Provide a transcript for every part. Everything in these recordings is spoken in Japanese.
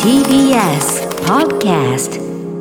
TBS Podcast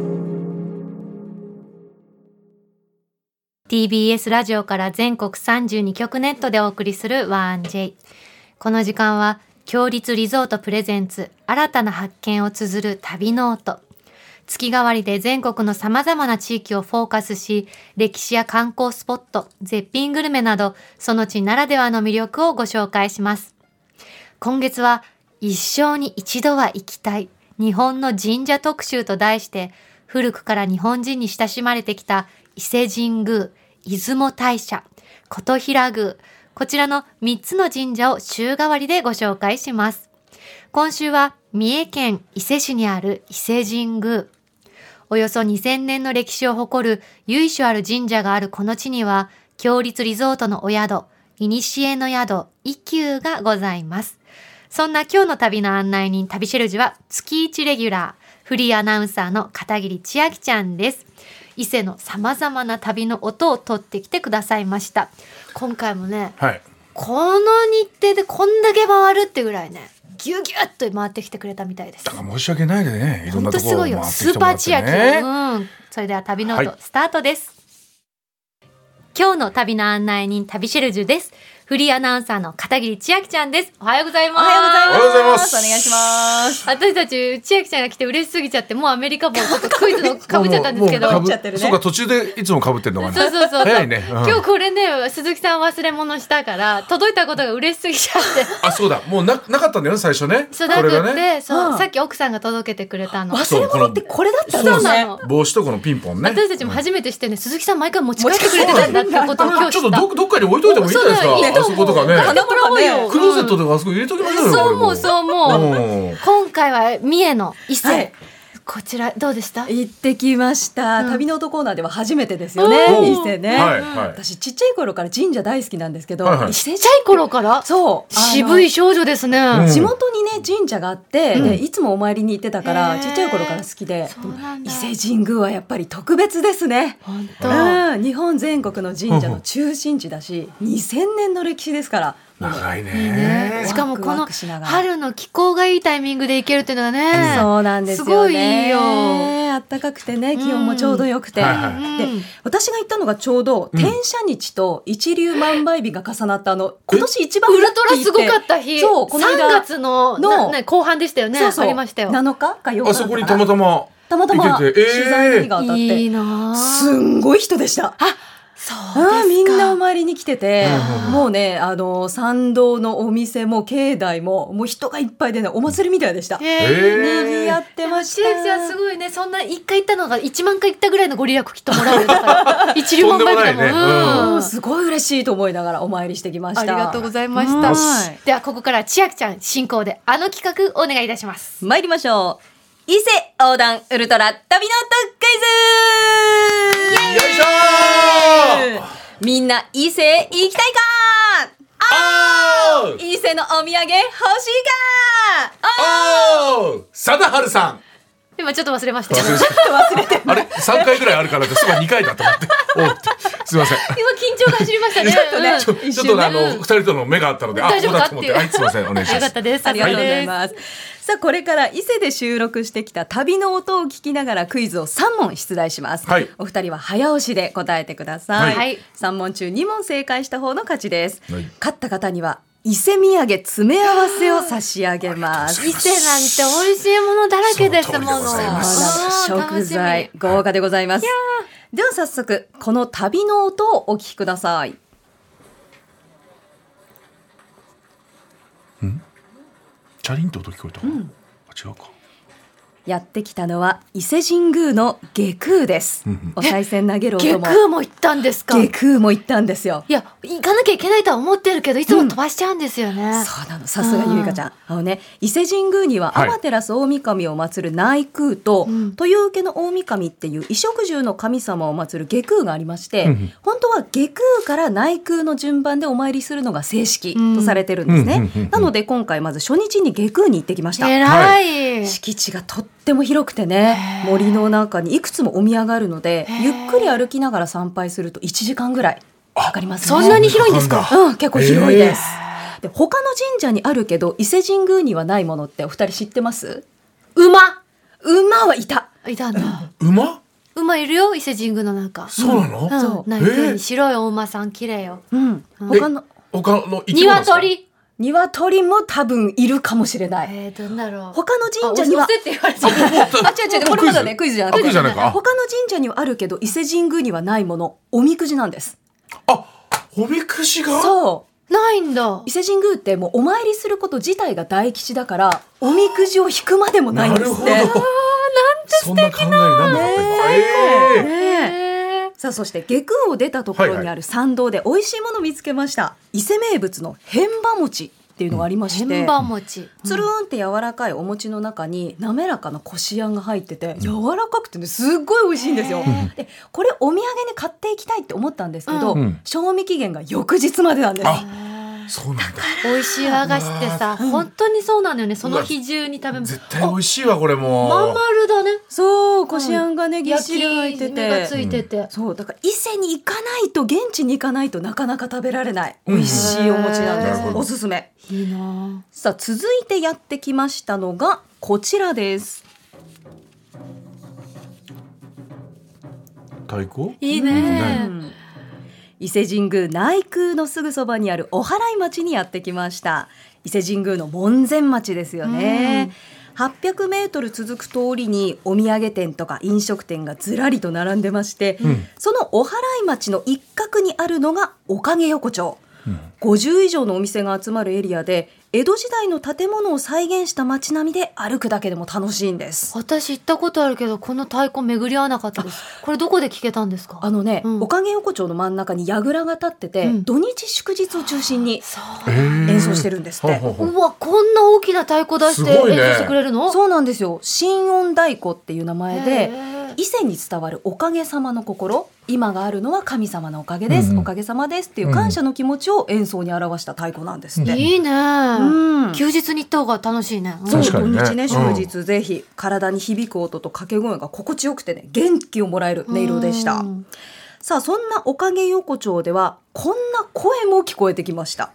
TBS ラジオから全国32局ネットでお送りする 1J。 この時間は強立リゾートプレゼンツ新たな発見を綴る旅ノート。月替わりで全国の様々な地域をフォーカスし、歴史や観光スポット、絶品グルメなどその地ならではの魅力をご紹介します。今月は一生に一度は行きたい日本の神社特集と題して、古くから日本人に親しまれてきた伊勢神宮、出雲大社、琴平宮、こちらの3つの神社を週替わりでご紹介します。今週は三重県伊勢市にある伊勢神宮。およそ2000年の歴史を誇る由緒ある神社があるこの地には、強立リゾートのお宿、いにしえの宿、一休がございます。そんな今日の旅の案内人、旅シェルジュは月1レギュラー、フリーアナウンサーの片桐千秋ちゃんです。伊勢の様々な旅の音を取ってきてくださいました。今回もね、 はい、 この日程でこんだけ回るってぐらいね、ギュギュッと回ってきてくれたみたいです。 だから申し訳ないでね、いろんなところを回ってきてもらってね。 本当すごいよ、スーパー千秋。それでは旅ノート、スタートです。今日の旅の案内人、旅シェルジュです。フリーアナウンサーの片桐千秋ちゃんです。おはようございます。 おはようございます。 おはようございます。 お願いします。 私たち千秋ちゃんが来て嬉しすぎちゃって、もうアメリカもちょっとクイズのかぶっちゃったんですけど。 もう被っちゃってるね。そうか、途中でいつも被ってるのがね。 そう。 早いね。 今日これね、鈴木さん忘れ物したから届いたことが嬉しすぎちゃって。 あ、そうだ。もうなかったんだよね、最初ね。 そうだって、 さっき奥さんが届けてくれたの。 忘れ物ってこれだったんですね。 帽子とこのピンポンね。 私たちも初めてしてね、鈴木さん毎回持ち帰ってくれてたんだってことを今日知った。 ちょっとどっかに置いといてもいいんじゃないですか。あそことかね。クローゼットとかあそこ入れときましょうよ。 そう思う。今回は三重の伊勢、こちらどうでした？ 行ってきました。旅の音コーナーでは初めてですよね。伊勢ね。私ちっちゃい頃から神社大好きなんですけど、 ちっちゃい頃から？ そう。 渋い少女ですね。 地元にね神社があって、いつもお参りに行ってたからちっちゃい頃から好きで、伊勢神宮はやっぱり特別ですね。 本当。 日本全国の神社の中心地だし、2000年の歴史ですから。 長いね。 しかもこの春の気候がいいタイミングで行けるっていうのがね、 そうなんですよね。 すごいいいよ。 暖かくてね、気温もちょうどよくて、で私が行ったのがちょうど天赦日と一粒万倍日が重なった今年一番ウルトラすごかった日、 そうこの間 3月の後半でしたよね。ありましたよ。 7日か8日。 あそこにたまたま取材の日が当たって、 いいな。 すんごい人でした。 そうですか。 みんなお参りに来てて、もうね参道のお店も境内ももう人がいっぱいでね、お祭りみたいでした。にぎやってました。 千秋ちゃんすごいね。そんな1回行ったのが1万回行ったぐらいのご利益きっともらえるから一粒万倍日だもん。 すごい嬉しいと思いながらお参りしてきました。 ありがとうございました。ではここから千秋ちゃん進行で企画お願いいたします。 参りましょう。伊勢横断ウルトラ旅のクイズ。 よいしょー。 みんな伊勢行きたいか？伊勢のお土産欲しいか？ 貞治さん。 今ちょっと忘れましたよ。 あれ3回ぐらいあるからですが2回だと思って。すいません。 今緊張が走りましたね。 ちょっと2人との目があったので、 大丈夫かっていう。 すいません、お願いします。 よかったです。 ありがとうございます。さあこれから伊勢で収録してきた旅の音を聞きながらクイズを3問出題します。お二人は早押しで答えてください。3問中2問正解した方の勝ちです。勝った方には伊勢土産詰め合わせを差し上げます。 伊勢なんて美味しいものだらけですもの。 食材豪華でございます。では早速この旅の音をお聞きください。 チャリンと音聞こえたかな。違うか。 やってきたのは伊勢神宮の下空です。お賽銭投げる音も。 下空も行ったんですか？ 下空も行ったんですよ。 いや、行かなきゃいけないとは思ってるけど、いつも飛ばしちゃうんですよね。 そうなの、さすがゆいかちゃん。伊勢神宮には天照大神を祀る内宮と、豊受の大神っていう衣食住の神様を祀る下空がありまして、本当は下空から内宮の順番でお参りするのが正式とされてるんですね。なので今回まず初日に下空に行ってきました。 偉い。 敷地がとっても広くてね、森の中にいくつもお宮があるので、ゆっくり歩きながら参拝すると1時間ぐらいかかりますね。 そんなに広いんですか？ 結構広いです。で他の神社にあるけど伊勢神宮にはないものってお二人知ってます？ 馬はいた。 いたんだ。馬いるよ伊勢神宮の中。 そうなの？ そう。内宮に白いお馬さん綺麗よ。 他の生き物ですか？ 鶏も多分いるかもしれない。 どんだろう。 他の神社には。違う、これまだね、クイズじゃなくて。他の神社にはあるけど、伊勢神宮にはないもの、おみくじなんです。 おみくじが？ そう。 ないんだ。 伊勢神宮ってもうお参りすること自体が大吉だから、おみくじを引くまでもないんですって。 なるほど。そんな考えになんなかった。 さあ、そして下宮を出たところにある参道で美味しいものを見つけました。伊勢名物の変馬餅っていうのがありまして、 変馬餅、 つるんって柔らかいお餅の中に滑らかなこしあんが入ってて、柔らかくてね、すっごい美味しいんですよ。でこれお土産に買っていきたいって思ったんですけど、賞味期限が翌日までなんです。 そうなんだ。 美味しい和菓子ってさ、本当にそうなんだよね。その日中に食べます。 絶対美味しいわこれも。 まん丸だね。 そう、こしあんがね、ぎっしり入ってて、 がついてて、 そうだから伊勢に行かないと、現地に行かないとなかなか食べられない美味しいお餅なんです。おすすめ。 いいな。 さあ、続いてやってきましたのがこちらです。 太鼓？ いいね。 伊勢神宮内宮のすぐそばにあるお祓い町にやってきました。伊勢神宮の門前町ですよね。800メートル続く通りにお土産店とか飲食店がずらりと並んでまして、そのお祓い町の一角にあるのがおかげ横丁。50以上のお店が集まるエリアで、江戸時代の建物を再現した街並みで歩くだけでも楽しいんです。 私行ったことあるけど、この太鼓巡り合わなかったです。これどこで聞けたんですか？ おかげ横丁の真ん中に櫓が立ってて、土日祝日を中心に演奏してるんですって。 うわ、こんな大きな太鼓出して演奏してくれるの？ そうなんですよ。神音太鼓っていう名前で、伊勢に伝わるおかげさまの心、今があるのは神様のおかげです、おかげさまですっていう感謝の気持ちを演奏に表した太鼓なんですって。 いいね。休日に行った方が楽しいね。 そう、土日ね、祝日ぜひ。体に響く音と掛け声が心地よくてね、元気をもらえる音色でした。さあ、そんなおかげ横丁ではこんな声も聞こえてきました。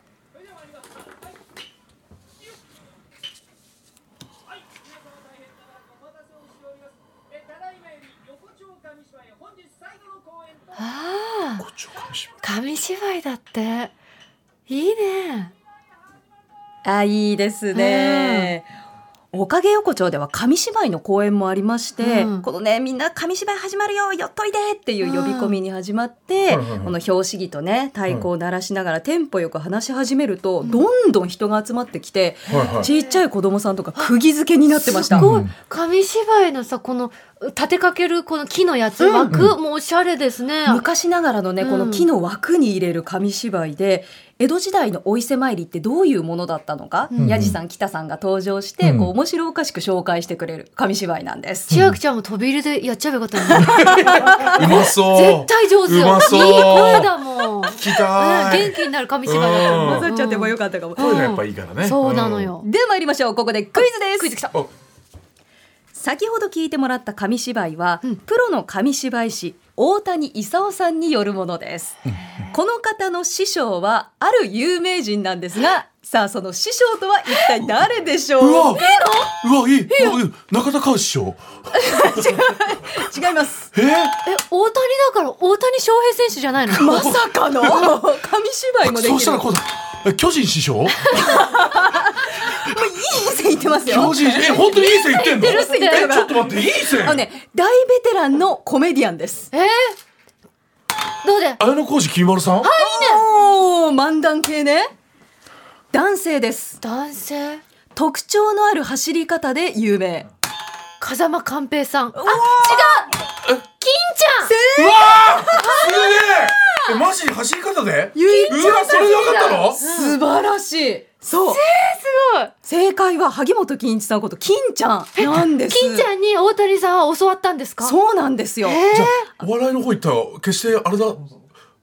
紙芝居だって。いいね。 いいですね。おかげ横丁では紙芝居の公演もありまして、このね、みんな紙芝居始まるよ、寄っといでっていう呼び込みに始まって、この拍子木とね、太鼓を鳴らしながらテンポよく話し始めると、どんどん人が集まってきて、ちっちゃい子供さんとか釘付けになってました。 すごい。紙芝居のさ、この立てかけるこの木のやつ、枠もおしゃれですね。 昔ながらのね、この木の枠に入れる紙芝居で、江戸時代のお伊勢参りってどういうものだったのか、やじさん北さんが登場して、こう面白おかしく紹介してくれる紙芝居なんです。 千秋ちゃんも飛び入りでやっちゃえばよかったね。うまそう。 絶対上手よ。 うまそう。 いい声だもん。 聞きたい。 元気になる紙芝居だった。 混ざっちゃってもよかったかも。 声がやっぱいいからね。 そうなのよ。 では参りましょう。ここでクイズです。 クイズきた。 先ほど聞いてもらった紙芝居は、プロの紙芝居師大谷勲さんによるものです。この方の師匠はある有名人なんですが、さあその師匠とは一体誰でしょう？ うわいい中田師匠。 違います。 大谷だから大谷翔平選手じゃないの？ まさかの紙芝居もできる。 そうしたらこうだ。巨人師匠？ いい線いってますよ。 巨人本当にいい線いってんの？ちょっと待って、いい線。 大ベテランのコメディアンです。 どうで？ 綾小路きみまろさん？ いいね。漫談系ね。男性です。 男性。 特徴のある走り方で有名。 風間寛平さん。違う。金ちゃん。 うわすげえ。マジ走り方で？ ゆいちゃん、 それで分かったの？ 素晴らしい。そう。 すごい。 正解は萩本欽一さんこと金ちゃんなんです。 金ちゃんに大谷さんは教わったんですか？ そうなんですよ。 じゃあお笑いの方行ったら決してあれだ。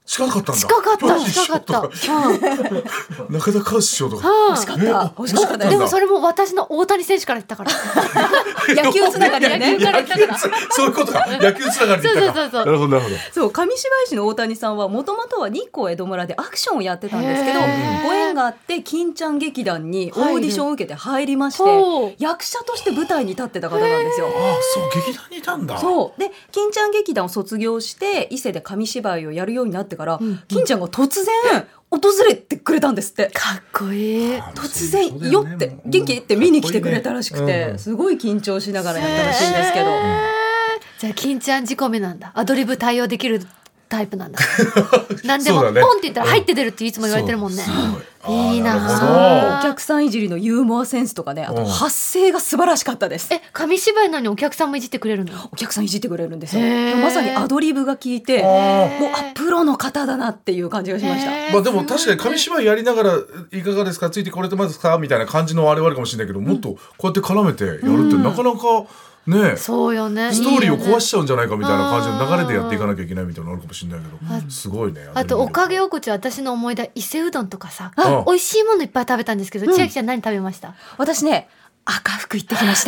近かったんだ。 近かった。 中田カウ師匠とか。 惜しかった。 でもそれも私の大谷選手から言ったから。 野球つながりでね。 そういうことか。野球つながりで言ったか。なるほどなるほど。 そう、上白石の大谷さんはもともとは日光江戸村でアクションをやってたんですけど、ご縁があって金ちゃん劇団にオーディションを受けて入りまして、役者として舞台に立ってた方なんですよ。 そう劇団にいたんだ。 そうで金ちゃん劇団を卒業して伊勢で紙芝居をやるようになってから、金ちゃんが突然訪れてくれたんですって。 かっこいい。 突然よって元気って見に来てくれたらしくて、すごい緊張しながらやったらしいんですけど。 じゃあ金ちゃん仕込みなんだ。アドリブ対応できるタイプなんだ。何でもポンって言ったら入って出るっていつも言われてるもんね。いいな。 お客さんいじりのユーモアセンスとかね、あと発声が素晴らしかったです。 紙芝居なのにお客さんもいじってくれるの？ お客さんいじってくれるんですよ。まさにアドリブが効いて、もうプロの方だなっていう感じがしました。 まあでも確かに紙芝居やりながらいかがですか、ついてこれてますかみたいな感じのあれはあるかもしれないけど、もっとこうやって絡めてやるってなかなかね、 そうよね。 ストーリーを壊しちゃうんじゃないかみたいな感じの流れでやっていかなきゃいけないみたいなのあるかもしれないけど、すごいね。 あとおかげお口、私の思い出伊勢うどんとかさ、美味しいものいっぱい食べたんですけど、千秋ちゃん何食べました？ 私ね、赤福行ってきました。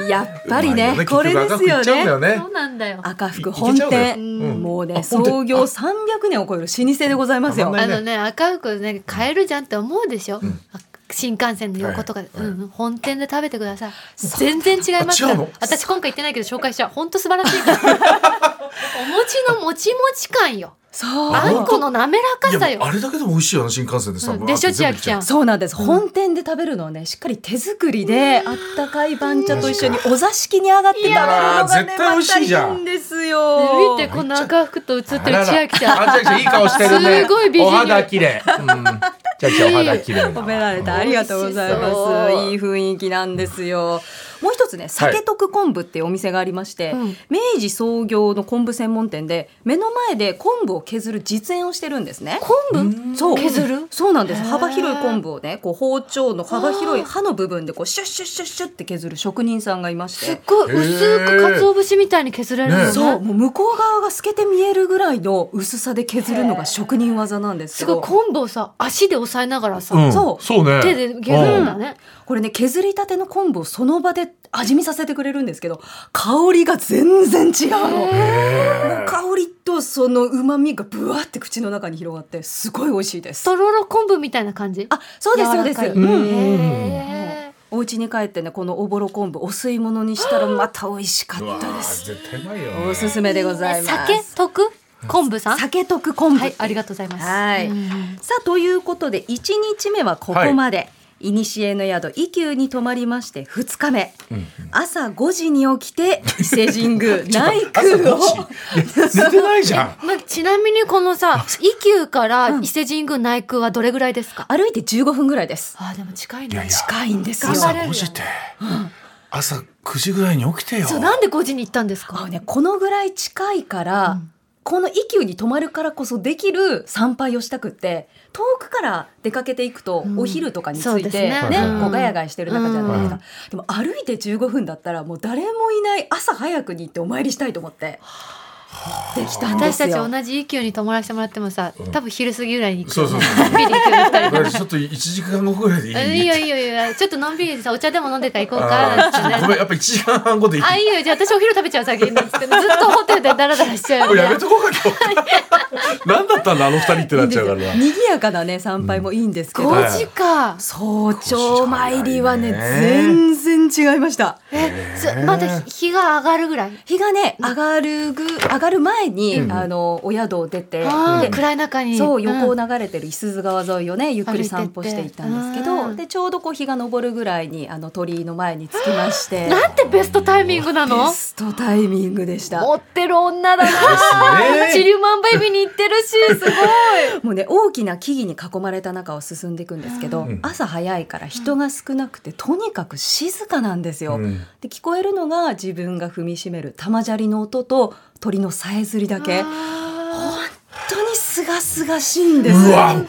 やっぱりね、これですよね。 そうなんだよ。 赤福本店、もうね創業300年を超える老舗でございますよ。 赤福ね買えるじゃんって思うでしょ。新幹線の横とかで、本店で食べてください。全然違いますから。私今回行ってないけど紹介しちゃう。本当素晴らしいから。お餅のもちもち感よ。あんこの滑らかさよ。 あれだけでも美味しいよな、新幹線でさ。 でしょ千秋ちゃん。 そうなんです。本店で食べるのはね、しっかり手作りであったかい番茶と一緒にお座敷に上がって食べるのがね、 絶対美味しいじゃん。 またいいんですよ。 見てこの赤福と写ってる千秋ちゃん。 千秋ちゃんいい顔してるね。 すごい美人。 お肌綺麗。千秋ちゃんお肌綺麗。 褒められた。ありがとうございます。いい雰囲気なんですよ。もう一つね、酒徳昆布っていうお店がありまして、明治創業の昆布専門店で目の前で昆布を削る実演をしてるんですね。 昆布？そう削る？ そうなんです。幅広い昆布をね、こう包丁の幅広い刃の部分でこうシュッシュッシュッシュッって削る職人さんがいまして、 すっごい薄く鰹節みたいに削れるのね。 そう、もう向こう側が透けて見えるぐらいの薄さで削るのが職人技なんですけど、 すごい昆布をさ足で押さえながらさ、 そうね、 手で削るんだね。 これね、削りたての昆布をその場で味見させてくれるんですけど、香りが全然違うの。もう香りとその旨味がブワって口の中に広がってすごい美味しいです。 とろろ昆布みたいな感じ？ あ、そうですそうです。お家に帰ってね、このおぼろ昆布お吸い物にしたらまた美味しかったです。 絶対うまいよね。 おすすめでございます。 酒徳昆布さん、 酒徳昆布、 はい、ありがとうございます。 はい、さあということで1日目はここまで、いにしえの宿伊久に泊まりまして、2日目、朝5時に起きて伊勢神宮内宮を寝てないじゃん。 ちなみにこのさ、伊久から伊勢神宮内宮はどれぐらいですか？ 歩いて15分ぐらいです。 あ、でも近いね。 近いんですよ。 朝5時って、朝9時ぐらいに起きてよ。 そう、なんで5時に行ったんですか？ このぐらい近いから、この伊久に泊まるからこそできる参拝をしたくって、遠くから出かけていくと、お昼とかについてこうガヤガヤしてる中じゃないですか。でも歩いて15分だったらもう誰もいない朝早くに行ってお参りしたいと思ってできたんですよ。 私たち同じ伊久に泊まらせてもらってもさ、多分昼過ぎぐらいに行く。 そうのんびり行く2人ちょっと1時間後ぐらいでいい？ いいよ、ちょっとのんびりでさ、お茶でも飲んでから行こうかってね。 ごめん、やっぱ1時間半後でいい？ あ、いいよ、じゃあ私お昼食べちゃう先にってずっとホテルでダラダラしちゃうよね。 やめとこうか今日。何だったんだあの2人ってなっちゃうからな。 賑やかなね参拝もいいんですけど、 5時か。 早朝参りはね全然違いました。 まだ日が上がるぐらい？ 日がね上がる前に、お宿を出て、 暗い中にそう横を流れてる五十鈴川沿いをねゆっくり散歩していったんですけど、でちょうどこう日が昇るぐらいに鳥居の前に着きまして、 なんてベストタイミングなの？ ベストタイミングでした。 持ってる女だな。チリュマンバイビに行ってるし、すごい。 もうね大きな木々に囲まれた中を進んでいくんですけど、朝早いから人が少なくてとにかく静かなんですよ。で聞こえるのが自分が踏みしめる玉砂利の音と鳥のさえずりだけ。本当にすがすがしいんです。 うわ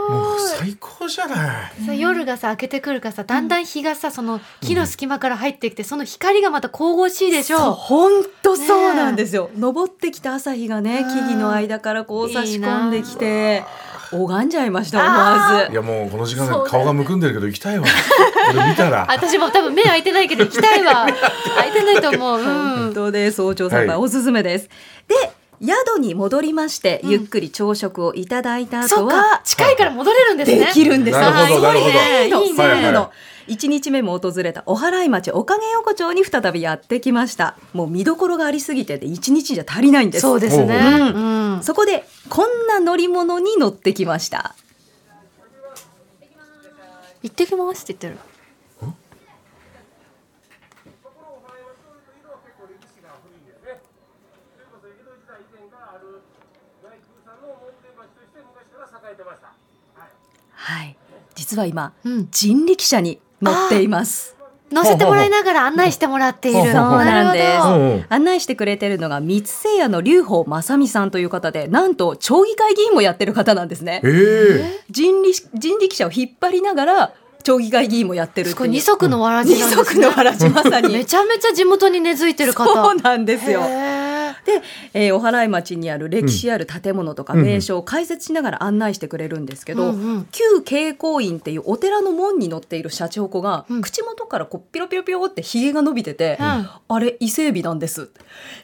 もう最高じゃない。 さ夜がさ明けてくるからさ、だんだん日がさその木の隙間から入ってきて、その光がまた神々しいでしょ。 そう本当そうなんですよ。昇ってきた朝日がね、木々の間からこう差し込んできて拝んじゃいました、思わず。 いやもうこの時間で顔がむくんでるけど行きたいわ。これ見たら私も多分目開いてないけど行きたいわ。開いてないと思う。 本当で早朝参拝おすすめです。で宿に戻りまして、ゆっくり朝食をいただいた後は、 近いから戻れるんですね。 できるんですよ。 なるほどなるほど。 いいね。 はいはい。 1日目も訪れたお祓い町おかげ横丁に再びやってきました。もう見どころがありすぎて1日じゃ足りないんです。 そうですね。 そこでこんな乗り物に乗ってきました。 行ってきますって言ってる。 はい、実は今、人力車に乗っています。 乗せてもらいながら案内してもらっている。 そうなんです。 ほど案内してくれてるのが三瀬屋の龍宝正美さんという方で、なんと町議会議員もやってる方なんですね。人力車を引っ張りながら町議会議員もやってるっていう。 すごい二足のわらじなんですね。 二足のわらじまさにめちゃめちゃ地元に根付いてる方。 そうなんですよ。で、お祓い町にある歴史ある建物とか名所を解説しながら案内してくれるんですけど、旧慶光院っていうお寺の門に乗っているシャチホコが、口元からこうピロピロピロってひげが伸びてて、あれ伊勢海老なんです。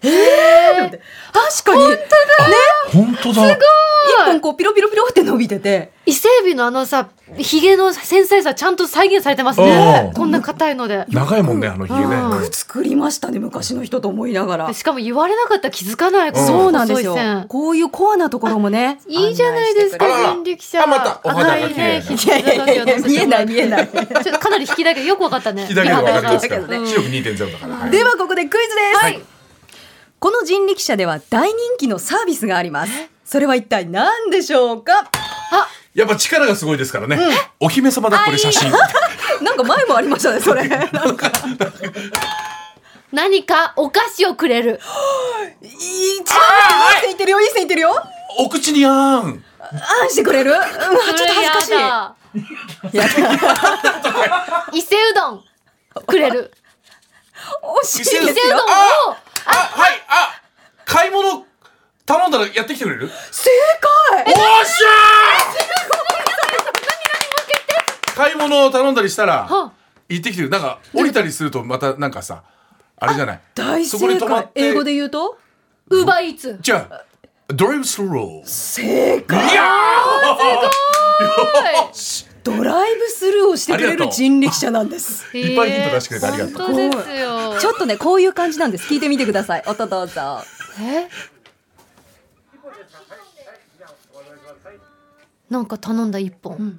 確かに本当だ。 一本こうピロピロピロって伸びてて、 伊勢海老のさひげの繊細さちゃんと再現されてますね。こんな硬いので長いもんね、あのひげね。 作りましたね昔の人と思いながら。 しかも言われなかったら気づかない。 そうなんですよ。こういうコアなところもね、 いいじゃないですか。人力車。 またお肌が綺麗。 見えない見えない。 ちょっとかなり引きだけよくわかったね。 引きだけでわかりますからね。視力 2.0 だから。 ではここでクイズです。この人力車では大人気のサービスがあります。それは一体何でしょうか。 やっぱ力がすごいですからね。お姫様だこれ写真。 なんか前もありましたねそれ。 何かお菓子をくれる。 いい線いってるよ、いい線いってるよ。 お口にあんしてくれる。ちょっと恥ずかしい。 伊勢うどんくれる。 惜しいですよ。 伊勢うどんを買い物頼んだらやってきてくれる。 正解。 おっしゃー。買い物を頼んだりしたら行ってきてる。なんか降りたりするとまたなんかさあれじゃない。 大正解。英語で言うとウーバーイーツ。 じゃあドライブスルー。 正解。 いやーすドライブスルーをしてくれる人力車なんです。 いっぱいヒント出してくれてありがとう。 本当ですよ。 ちょっとねこういう感じなんです。聞いてみてください。音どうぞ。 なんか頼んだ一本。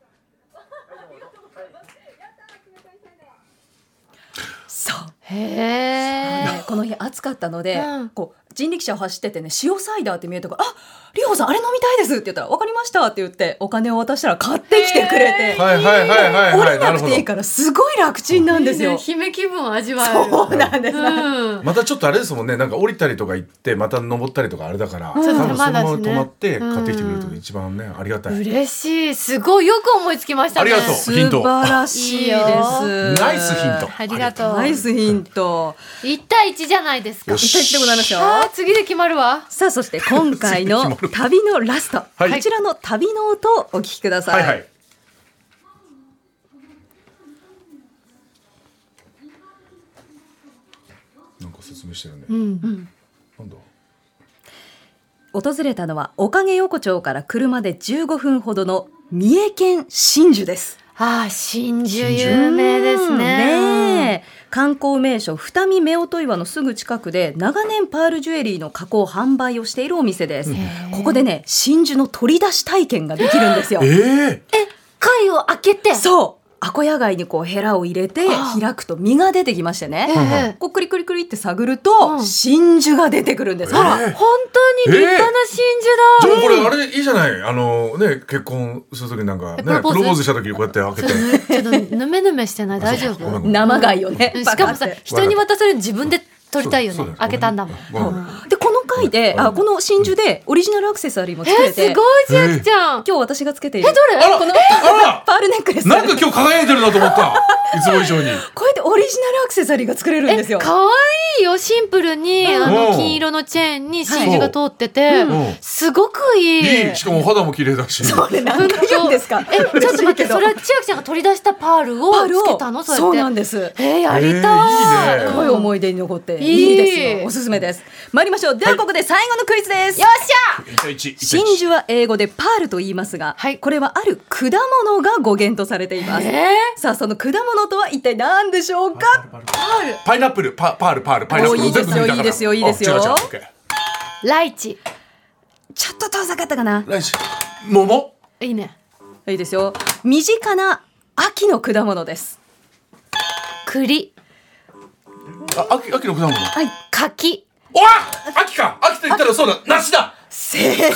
そう。 この日暑かったので、こう人力車を走っててね、塩サイダーって見えたから「あ、リホさんあれ飲みたいです」って言ったら「分かりました」って言ってお金を渡したら買ってきてくれて、 降りなくていいからすごい楽ちんなんですよ。 姫気分を味わえる。 そうなんです。 またちょっとあれですもんね。なんか降りたりとか行ってまた登ったりとかあれだから、多分そのまま止まって買ってきてくれると一番ねありがたい。 嬉しい。すごいよく思いつきましたね。 ありがとう。ヒント。 素晴らしいです。 ナイスヒント。 ありがとう。 ナイスヒント。 1対1じゃないですか。 1対1でございますよ。 次で決まるわ。 さあそして今回の旅のラスト、こちらの旅の音をお聞きください。 なんか説明してるね。なんだ。 訪れたのはおかげ横丁から車で15分ほどの三重県真珠です。 真珠有名ですね。 観光名所二見夫婦岩のすぐ近くで長年パールジュエリーの加工販売をしているお店です。ここでね真珠の取り出し体験ができるんですよ。 貝を開けて。 そう。アコヤ貝にこうヘラを入れて開くと身が出てきましてね、こうクリクリクリって探ると真珠が出てくるんです。 本当に立派な真珠だ。 じゃあこれあれいいじゃない。ね結婚するときなんかねプロポーズしたときにこうやって開けて。 ちょっとぬめぬめしてない。大丈夫。 生貝をね。 しかもさ人に渡せる人自分で取りたいよね。開けたんだもん。 でこの貝タイで、この真珠でオリジナルアクセサリーも作れて、 すごい千秋ちゃん。 今日私がつけているどれ？ このパールネックレス、 なんか今日輝いてるなと思ったいつも以上に。 こうやってオリジナルアクセサリーが作れるんですよ。 可愛いよ。シンプルに金色のチェーンに真珠が通ってて、すごくいい。 いい。しかも肌も綺麗だし。 それ何回言うんですか。 ちょっと待って、それは千秋ちゃんが取り出したパールをつけたの？ そうなんです。 やりたい。 いいね。 すごい思い出に残っていいですよ。おすすめです。参りましょう。ではここで最後のクイズです。 よっしゃ。 真珠は英語でパールと言いますが、これはある果物が語源とされています。さあその果物とは一体何でしょうか。 パイナップル、パール、パイナップル。 いいですよ、いいですよ、いいですよ。 ライチ。 ちょっと遠ざかったかな。 ライチ。桃。 いいね。 いいですよ。身近な秋の果物です。 栗。 秋の果物。 はい。 柿。 わあ、秋か。秋と言ったらそうだ。梨だ。 正解。 いや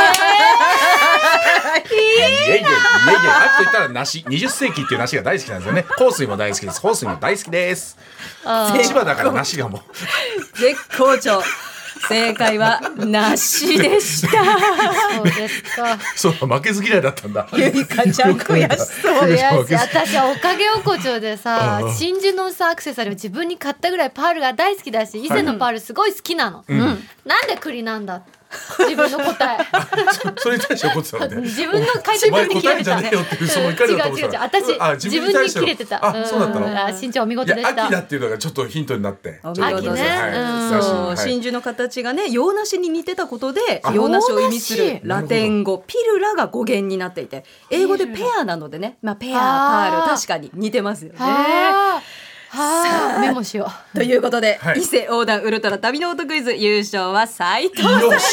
秋と言ったら梨。20世紀っていう梨が大好きなんですよね。香水も大好きです。香水も大好きです。千葉だから梨がもう絶好調。正解は梨でした。 そうですか。 そう負けず嫌いだったんだ。 ゆいかちゃん悔しそう。 私はおかげ横丁でさ、真珠のさアクセサリーを自分に買ったぐらいパールが大好きだし、以前のパールすごい好きなの。なんで栗なんだ。自分の答え。 それに対して怒ってたのね。 自分の回答に切れてたね。 違う。 私自分に切れてた。 そうだったの。 身長お見事でした。 秋だっていうのがちょっとヒントになって。 お見事です。真珠の形がね、洋梨に似てたことで、洋梨を意味するラテン語ピルラが語源になっていて、英語でペアなのでね、ペアパール確かに似てますよね。 さあメモしようということで、伊勢横断ウルトラ旅ノートクイズ優勝は斉藤さんでした。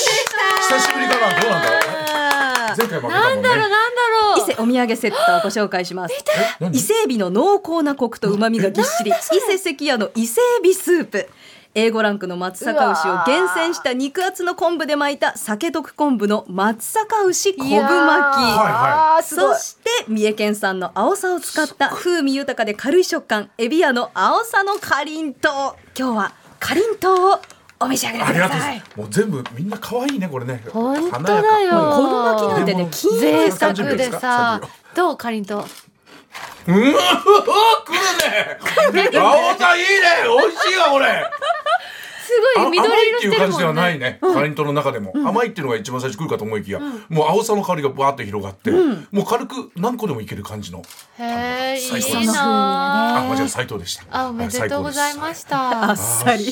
久しぶりかな。どうなんだろう。前回負けたもんね。 なんだろう。 伊勢お土産セットをご紹介します。伊勢海老の濃厚なコクと旨味がぎっしり、伊勢関屋の伊勢海老スープ。A5 ランクの松阪牛を厳選した肉厚の昆布で巻いた酒徳昆布の松阪牛昆布巻き、そして三重県産の青さを使った風味豊かで軽い食感エビ屋の青さのかりんとう。今日はかりんとうをお召し上がりください。 もう全部みんな可愛いねこれね。 本当だよ。 昆布巻きなんてね、金贅沢でさ、どうかりんとう。 来るね。青さいいね。美味しいわこれ。 すごい緑色してるもんね。甘いっていう感じではないね。かりんとうの中でも甘いっていうのが一番最初来るかと思いきや、もう青さの香りがバーッと広がって、もう軽く何個でもいける感じの。 へえ、いいな。 な。 間違え斉藤でした。 おめでとうございました。 あっさり。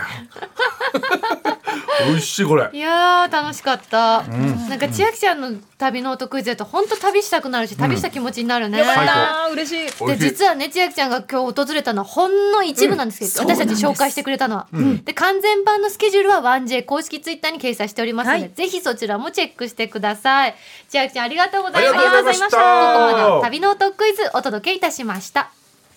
美味しいこれ。 いや楽しかった。なんか千秋ちゃんの旅のクイズだと本当旅したくなるし、旅した気持ちになるね。 嬉しい。 で実はね、千秋ちゃんが今日訪れたのはほんの一部なんですけど、私たち紹介してくれたのは。で完全版のスケジュールは 1J 公式ツイッターに掲載しておりますので、ぜひそちらもチェックしてください。千秋ちゃんありがとうございました。ここまでは旅のクイズお届けいたしました。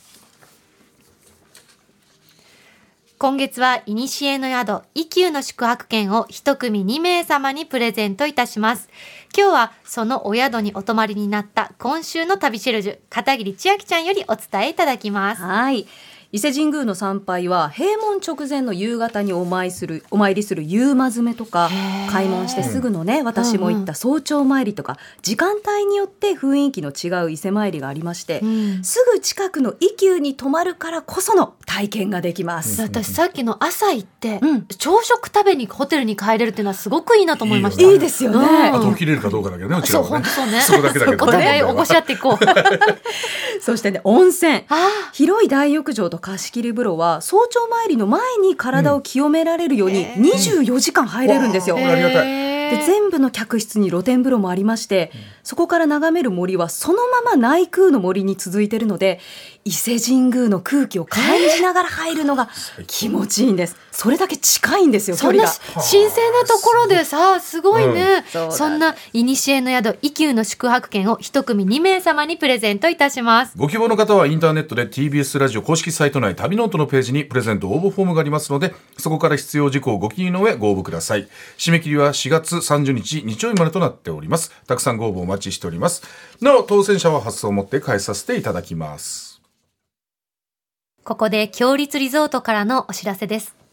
今月は古の宿伊久の宿泊券を一組2名様にプレゼントいたします。今日はそのお宿にお泊まりになった今週の旅シェルジュ片桐千秋ちゃんよりお伝えいただきます。 はい、伊勢神宮の参拝は閉門直前の夕方にお参りする夕間詰めとか、開門してすぐのね、私も行った早朝参りとか、時間帯によって雰囲気の違う伊勢参りがありまして、すぐ近くの伊久に泊まるからこその体験ができます。 私さっきの朝行って、朝食食べにホテルに帰れるっていうのはすごくいいなと思いました。 いいですよね。 あと起きれるかどうかだけどね。 そう本当そうね。 そこだけだけど、 お互い起こし合っていこう。 そしてね、温泉、広い大浴場と貸切風呂は早朝参りの前に体を清められるように24時間入れるんですよ。 ありがたい。 で全部の客室に露天風呂もありまして、そこから眺める森はそのまま内宮の森に続いているので、伊勢神宮の空気を感じながら入るのが気持ちいいんです。それだけ近いんですよ、距離が。 そんな神聖なところでさ、すごいね。そんな古の宿伊久の宿泊券を一組2名様にプレゼントいたします。 ご希望の方はインターネットで TBS ラジオ公式サイト内旅ノートのページにプレゼント応募フォームがありますので、そこから必要事項をご記入の上ご応募ください。締め切りは4月30日日曜日までとなっております。たくさんご応募お待ちしております。なお当選者は発送をもって返させていただきます。 ここで強立リゾートからのお知らせです。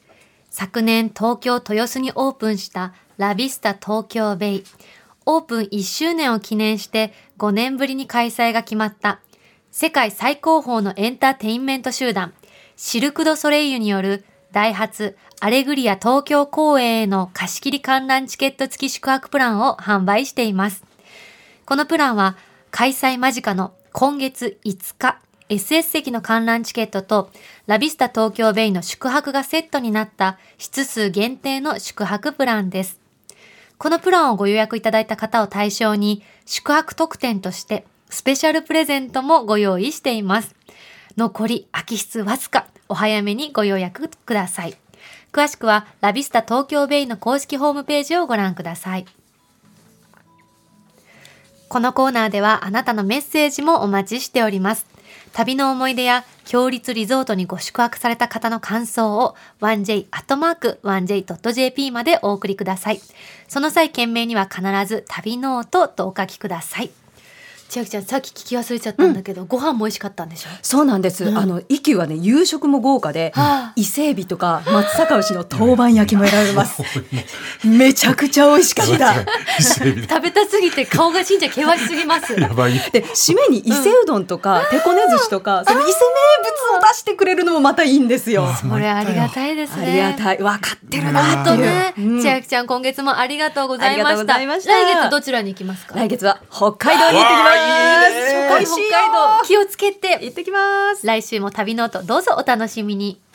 昨年東京豊洲にオープンしたラビスタ東京ベイ。オープン1周年を記念して5年ぶりに開催が決まった世界最高峰のエンターテインメント集団シルク・ドゥ・ソレイユによるダイハツアレグリア東京公演への貸し切り観覧チケット付き宿泊プランを販売しています。このプランは開催間近の今月5日、SS 席の観覧チケットとラビスタ東京ベイの宿泊がセットになった室数限定の宿泊プランです。このプランをご予約いただいた方を対象に宿泊特典としてスペシャルプレゼントもご用意しています。残り空き室わずか、お早めにご予約ください。詳しくはラビスタ東京ベイの公式ホームページをご覧ください。このコーナーではあなたのメッセージもお待ちしております。旅の思い出や強立リゾートにご宿泊された方の感想を 1j@1j.jp までお送りください。その際件名には必ず旅ノートとお書きください。千秋ちゃん、さっき聞き忘れちゃったんだけど、ご飯も美味しかったんでしょ？ そうなんです。壱岐はね、夕食も豪華で、伊勢海老とか松阪牛の陶板焼きも選べます。めちゃくちゃ美味しかった。 食べたすぎて顔がしんちゃん険しすぎます。 やばい。 で、締めに伊勢うどんとか、手こね寿司とか、その伊勢名物を出してくれるのもまたいいんですよ。 それありがたいですね。 ありがたい。分かってるなあとね、千秋ちゃん今月もありがとうございました。来月どちらに行きますか？ 来月は北海道に行ってきます。 いいね。 北海道気をつけて行ってきます。 来週も旅ノートどうぞお楽しみに。